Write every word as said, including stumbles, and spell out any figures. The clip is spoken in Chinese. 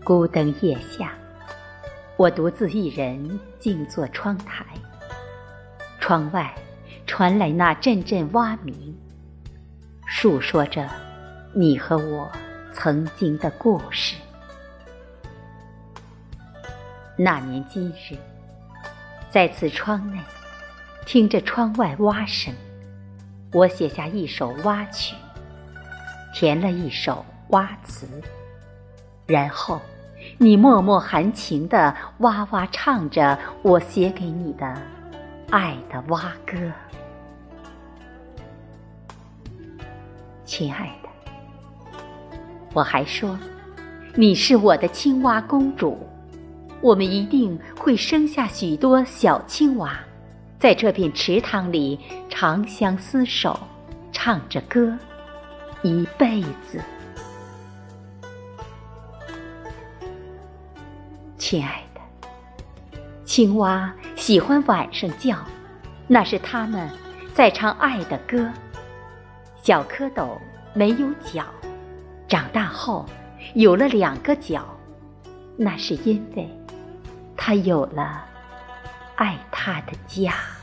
孤灯夜下，我独自一人静坐窗台，窗外传来那阵阵蛙鸣，述说着你和我曾经的故事。那年今日，在此窗内，听着窗外蛙声，我写下一首蛙曲，填了一首蛙词，然后你默默含情地哇哇唱着我写给你的爱的蛙歌。亲爱的，我还说你是我的青蛙公主，我们一定会生下许多小青蛙，在这片池塘里长相厮守，唱着歌一辈子。亲爱的，青蛙喜欢晚上叫，那是它们在唱爱的歌。小蝌蚪没有脚，长大后有了两个脚，那是因为它有了爱它的家。